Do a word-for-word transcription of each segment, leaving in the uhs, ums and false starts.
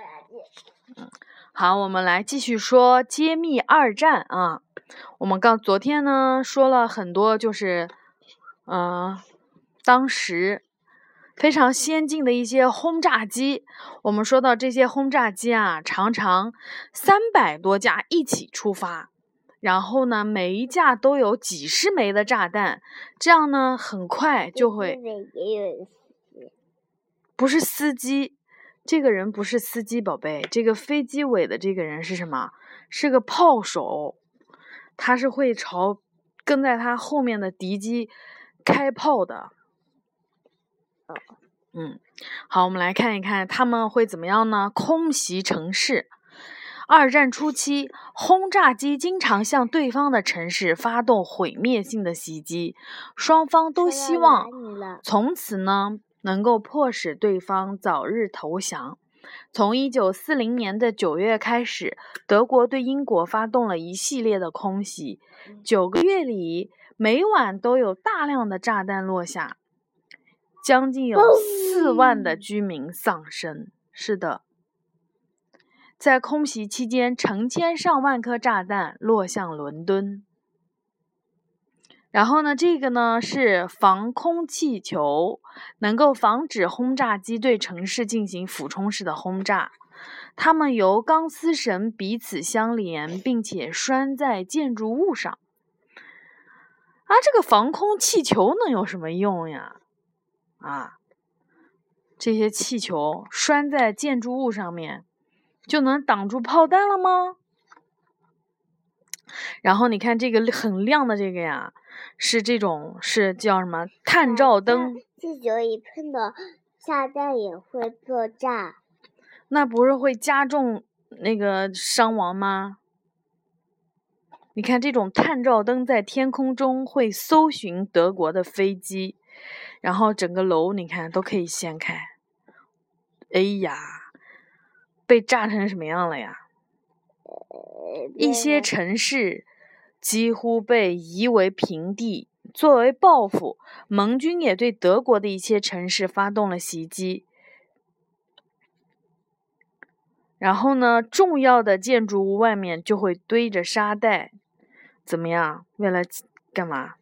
好，我们来继续说揭秘二战啊。我们刚昨天呢说了很多，就是嗯、呃，当时非常先进的一些轰炸机。我们说到这些轰炸机啊，常常三百多架一起出发，然后呢，每一架都有几十枚的炸弹，这样呢，很快就会。不是司机，这个人不是司机，宝贝，这个飞机尾的这个人是什么？是个炮手，他是会朝跟在他后面的敌机开炮的。嗯，好，我们来看一看他们会怎么样呢？空袭城市。二战初期，轰炸机经常向对方的城市发动毁灭性的袭击，双方都希望从此呢能够迫使对方早日投降。从一九四零年的九月开始，德国对英国发动了一系列的空袭，九个月里每晚都有大量的炸弹落下，将近有四万的居民丧生。是的，在空袭期间，成千上万颗炸弹落向伦敦。然后呢，这个呢是防空气球，能够防止轰炸机对城市进行俯冲式的轰炸。它们由钢丝绳彼此相连，并且拴在建筑物上。啊，这个防空气球能有什么用呀？啊，这些气球拴在建筑物上面，就能挡住炮弹了吗？然后你看这个很亮的这个呀，是这种是叫什么探照灯？ 气球一碰到炸弹也会爆炸， 那不是会加重那个伤亡吗？你看这种探照灯在天空中会搜寻德国的飞机，然后整个楼你看都可以掀开。哎呀，被炸成什么样了呀？一些城市几乎被夷为平地。作为报复，盟军也对德国的一些城市发动了袭击。然后呢，重要的建筑物外面就会堆着沙袋，怎么样？为了干嘛？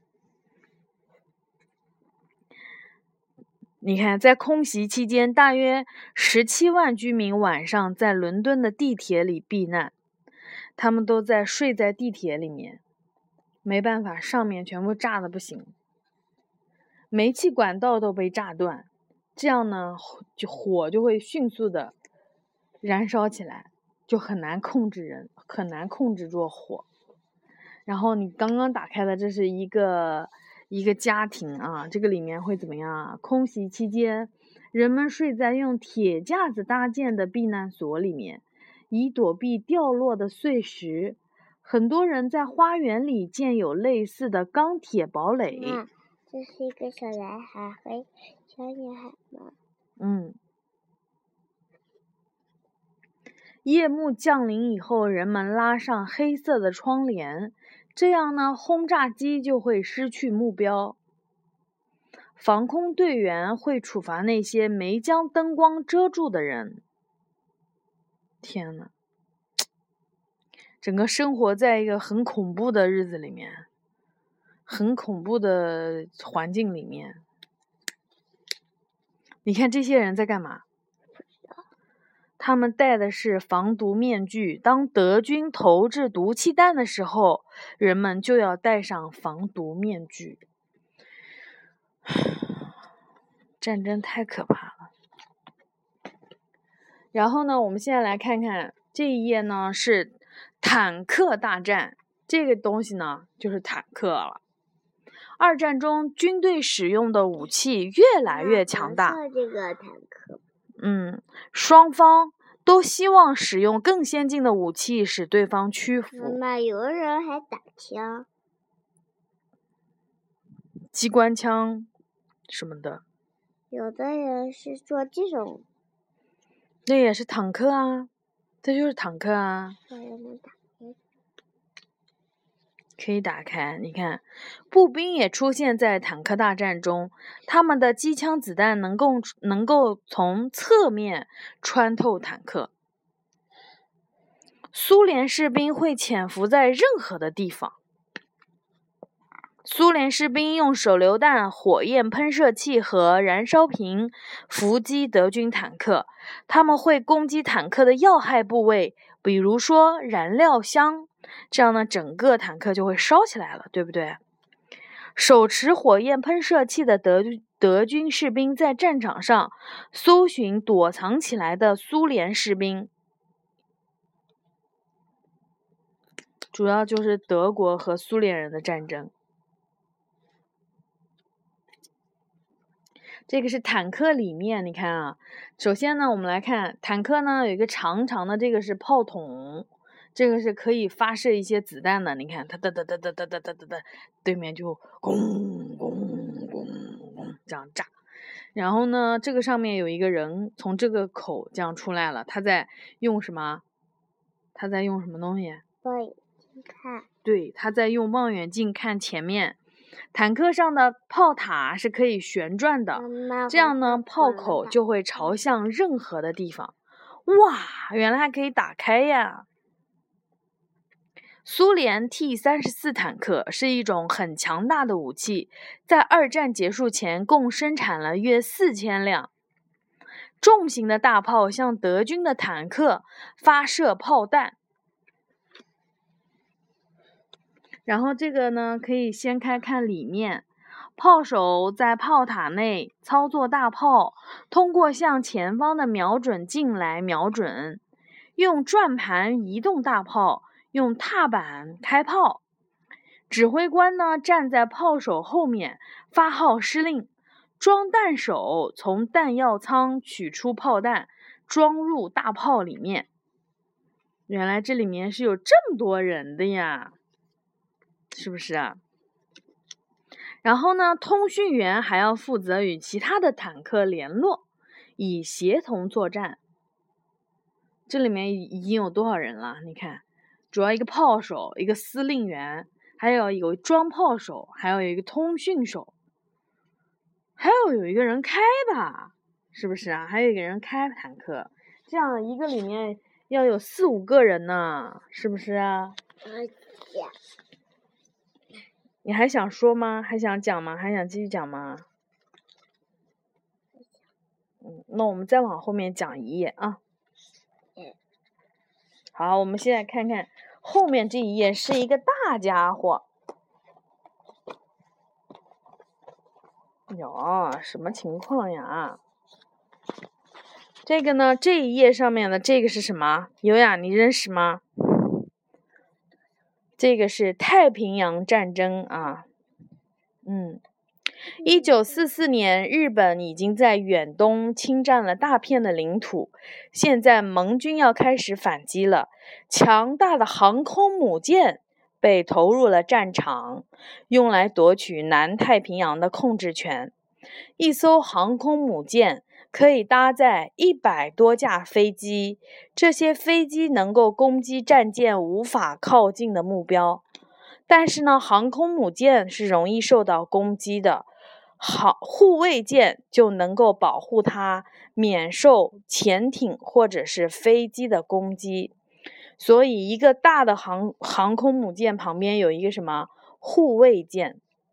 你看，在空袭期间，大约十七万居民晚上在伦敦的地铁里避难。他们都在睡在地铁里面，没办法，上面全部炸的不行，煤气管道都被炸断，这样呢，就火就会迅速的燃烧起来，就很难控制人，很难控制住火。然后你刚刚打开的这是一个一个家庭啊，这个里面会怎么样啊？空袭期间，人们睡在用铁架子搭建的避难所里面，以躲避掉落的碎石。很多人在花园里建有类似的钢铁堡垒。 妈，这是一个小男孩和小女孩吗？ 嗯。夜幕降临以后，人们拉上黑色的窗帘，这样呢，轰炸机就会失去目标。防空队员会处罚那些没将灯光遮住的人。天哪！整个生活在一个很恐怖的日子里面，很恐怖的环境里面。你看这些人在干嘛？他们戴的是防毒面具。当德军投掷毒气弹的时候，人们就要戴上防毒面具。战争太可怕了。然后呢，我们现在来看看这一页呢，是坦克大战。这个东西呢，就是坦克了。二战中，军队使用的武器越来越强大。 这个坦克。 嗯，双方都希望使用更先进的武器使对方屈服。 妈妈，有的人还打枪， 机关枪什么的。 有的人是做这种， 那也是坦克啊，这就是坦克啊。可以打开，你看，步兵也出现在坦克大战中，他们的机枪子弹能够能够从侧面穿透坦克。 苏联士兵会潜伏在任何的地方。苏联士兵用手榴弹、火焰喷射器和燃烧瓶伏击德军坦克，他们会攻击坦克的要害部位，比如说燃料箱，这样呢，整个坦克就会烧起来了，对不对？手持火焰喷射器的德德军士兵在战场上搜寻躲藏起来的苏联士兵，主要就是德国和苏联人的战争。这个是坦克里面，你看啊，首先呢，我们来看坦克呢，有一个长长的，这个是炮筒，这个是可以发射一些子弹的。你看，它哒哒哒哒哒哒哒哒哒，对面就咣咣咣咣这样炸。然后呢，这个上面有一个人从这个口这样出来了，他在用什么？他在用什么东西？ 望远镜看。 对，他在用望远镜看前面。坦克上的炮塔是可以旋转的，这样呢，炮口就会朝向任何的地方。哇，原来还可以打开呀！苏联 T 三十四坦克是一种很强大的武器，在二战结束前共生产了约四千辆。重型的大炮向德军的坦克发射炮弹。然后这个呢，可以掀开看里面，炮手在炮塔内操作大炮，通过向前方的瞄准镜来瞄准，用转盘移动大炮，用踏板开炮。指挥官呢站在炮手后面发号施令，装弹手从弹药仓取出炮弹，装入大炮里面。原来这里面是有这么多人的呀，是不是啊？然后呢，通讯员还要负责与其他的坦克联络，以协同作战。这里面已经有多少人了？你看，主要一个炮手，一个司令员，还有有装炮手，还有一个通讯手，还要有一个人开吧，是不是啊？还有一个人开坦克，这样一个里面要有四五个人呢，是不是啊？你还想说吗？还想讲吗？还想继续讲吗？嗯，那我们再往后面讲一页啊。好，我们现在看看后面这一页是一个大家伙。哟，什么情况呀？这个呢，这一页上面的这个是什么？优雅，你认识吗？这个是太平洋战争啊。嗯，一九四四年，日本已经在远东侵占了大片的领土，现在盟军要开始反击了。强大的航空母舰被投入了战场，用来夺取南太平洋的控制权。一艘航空母舰可以搭载一百多架飞机，这些飞机能够攻击战舰无法靠近的目标。但是呢，航空母舰是容易受到攻击的，好护卫舰就能够保护它免受潜艇或者是飞机的攻击。所以一个大的航航空母舰旁边有一个什么护卫舰。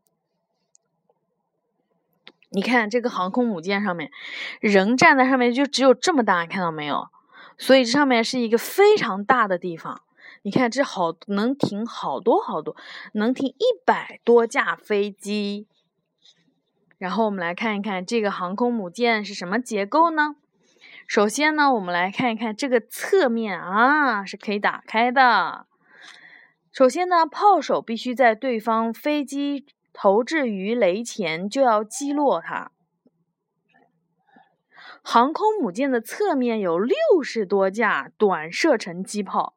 你看这个航空母舰上面人站在上面就只有这么大，看到没有？所以这上面是一个非常大的地方。你看这好能停好多好多，能停一百多架飞机。然后我们来看一看这个航空母舰是什么结构呢？首先呢，我们来看一看这个侧面啊，是可以打开的。首先呢，炮手必须在对方飞机投掷鱼雷前就要击落它。航空母舰的侧面有六十多架短射程机炮，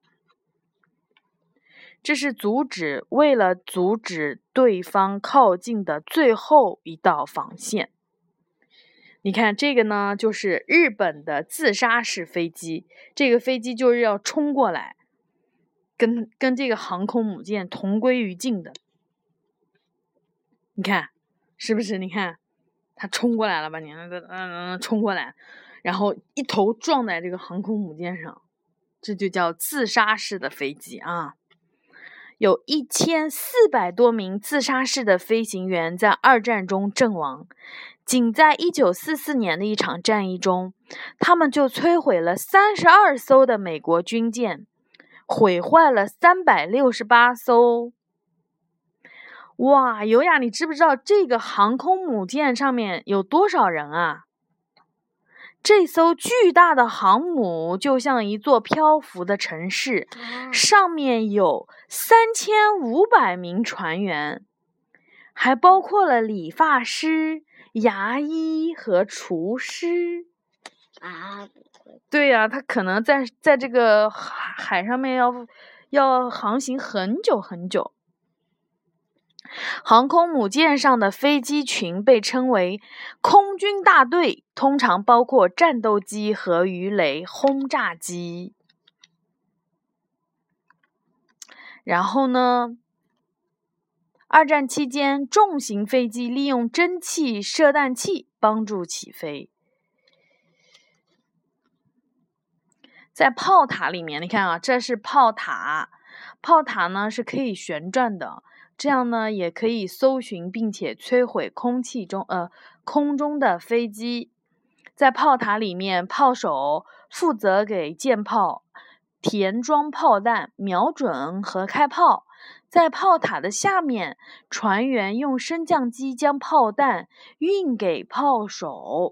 这是阻止为了阻止对方靠近的最后一道防线。你看这个呢，就是日本的自杀式飞机，这个飞机就是要冲过来，跟跟这个航空母舰同归于尽的。你看是不是？你看他冲过来了吧？你嗯嗯冲过来，然后一头撞在这个航空母舰上， 这就叫自杀式的飞机啊。有一千四百多名自杀式的飞行员在二战中阵亡，仅在一九四四年的一场战役中，他们就摧毁了三十二艘的美国军舰，毁坏了三百六十八艘。哇，尤雅，你知不知道这个航空母舰上面有多少人啊？这艘巨大的航母就像一座漂浮的城市，上面有三千五百名船员，还包括了理发师、牙医和厨师。 啊， 对呀、啊，他可能在在这个海海上面要要航行很久很久。航空母舰上的飞机群被称为空军大队，通常包括战斗机和鱼雷轰炸机。然后呢，二战期间，重型飞机利用蒸汽射弹器帮助起飞。在炮塔里面，你看啊，这是炮塔，炮塔呢是可以旋转的。这样呢，也可以搜寻并且摧毁空气中呃空中的飞机。在炮塔里面，炮手负责给舰炮填装炮弹、瞄准和开炮。在炮塔的下面，船员用升降机将炮弹运给炮手。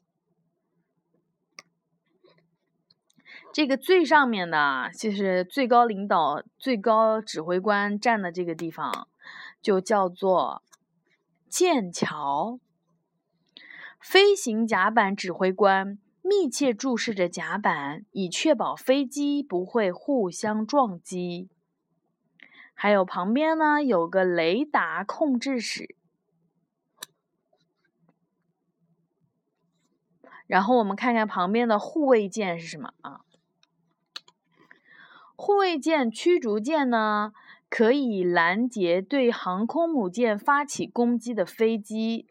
这个最上面的就是最高领导、最高指挥官站的这个地方，就叫做舰桥。飞行甲板指挥官密切注视着甲板，以确保飞机不会互相撞击。还有旁边呢有个雷达控制室。然后我们看看旁边的护卫舰是什么啊？护卫舰、驱逐舰呢，可以拦截对航空母舰发起攻击的飞机。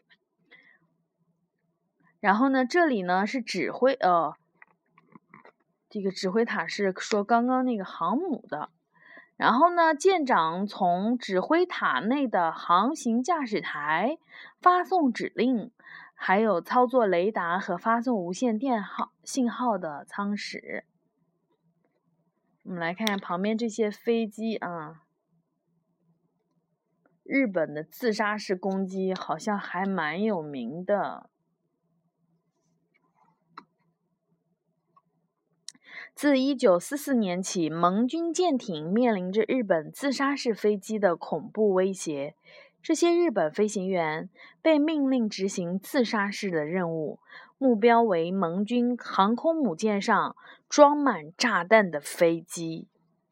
然后呢，这里呢是指挥，呃，这个指挥塔是说刚刚那个航母的。然后呢，舰长从指挥塔内的航行驾驶台发送指令，还有操作雷达和发送无线电号信号的舱室。我们来看看旁边这些飞机啊，日本的自杀式攻击好像还蛮有名的。自一九四四年起，盟军舰艇面临着日本自杀式飞机的恐怖威胁。这些日本飞行员被命令执行自杀式的任务，目标为盟军航空母舰上装满炸弹的飞机。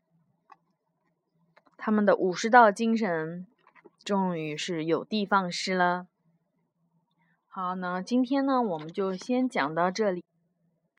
他们的武士道精神终于是有的放矢了。好，那今天呢，我们就先讲到这里。